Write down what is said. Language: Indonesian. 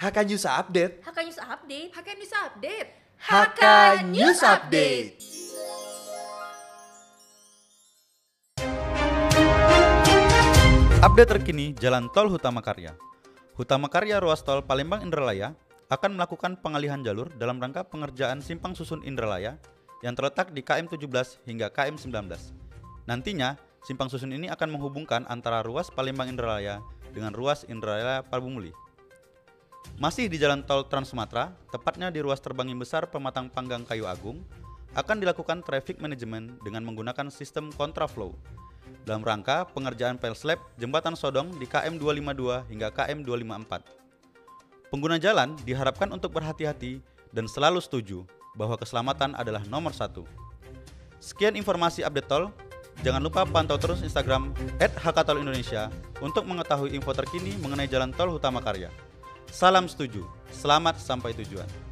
HK News Update. HK News Update. HK News Update. HK News Update. Update terkini Jalan Tol Hutama Karya. Hutama Karya ruas tol Palembang Indralaya akan melakukan pengalihan jalur dalam rangka pengerjaan simpang susun Indralaya yang terletak di KM 17 hingga KM 19. Nantinya, simpang susun ini akan menghubungkan antara ruas Palembang Indralaya dengan ruas Indralaya Parabumuli. Masih di Jalan Tol Trans Sumatera, tepatnya di ruas Terbanggi Besar Pematang Panggang Kayu Agung, akan dilakukan traffic management dengan menggunakan sistem kontraflow dalam rangka pengerjaan pelslab Jembatan Sodong di KM 252 hingga KM 254. Pengguna jalan diharapkan untuk berhati-hati dan selalu setuju bahwa keselamatan adalah nomor satu. Sekian informasi update tol. Jangan lupa pantau terus Instagram @HKTolIndonesia untuk mengetahui info terkini mengenai Jalan Tol Hutama Karya. Salam setuju, selamat sampai tujuan.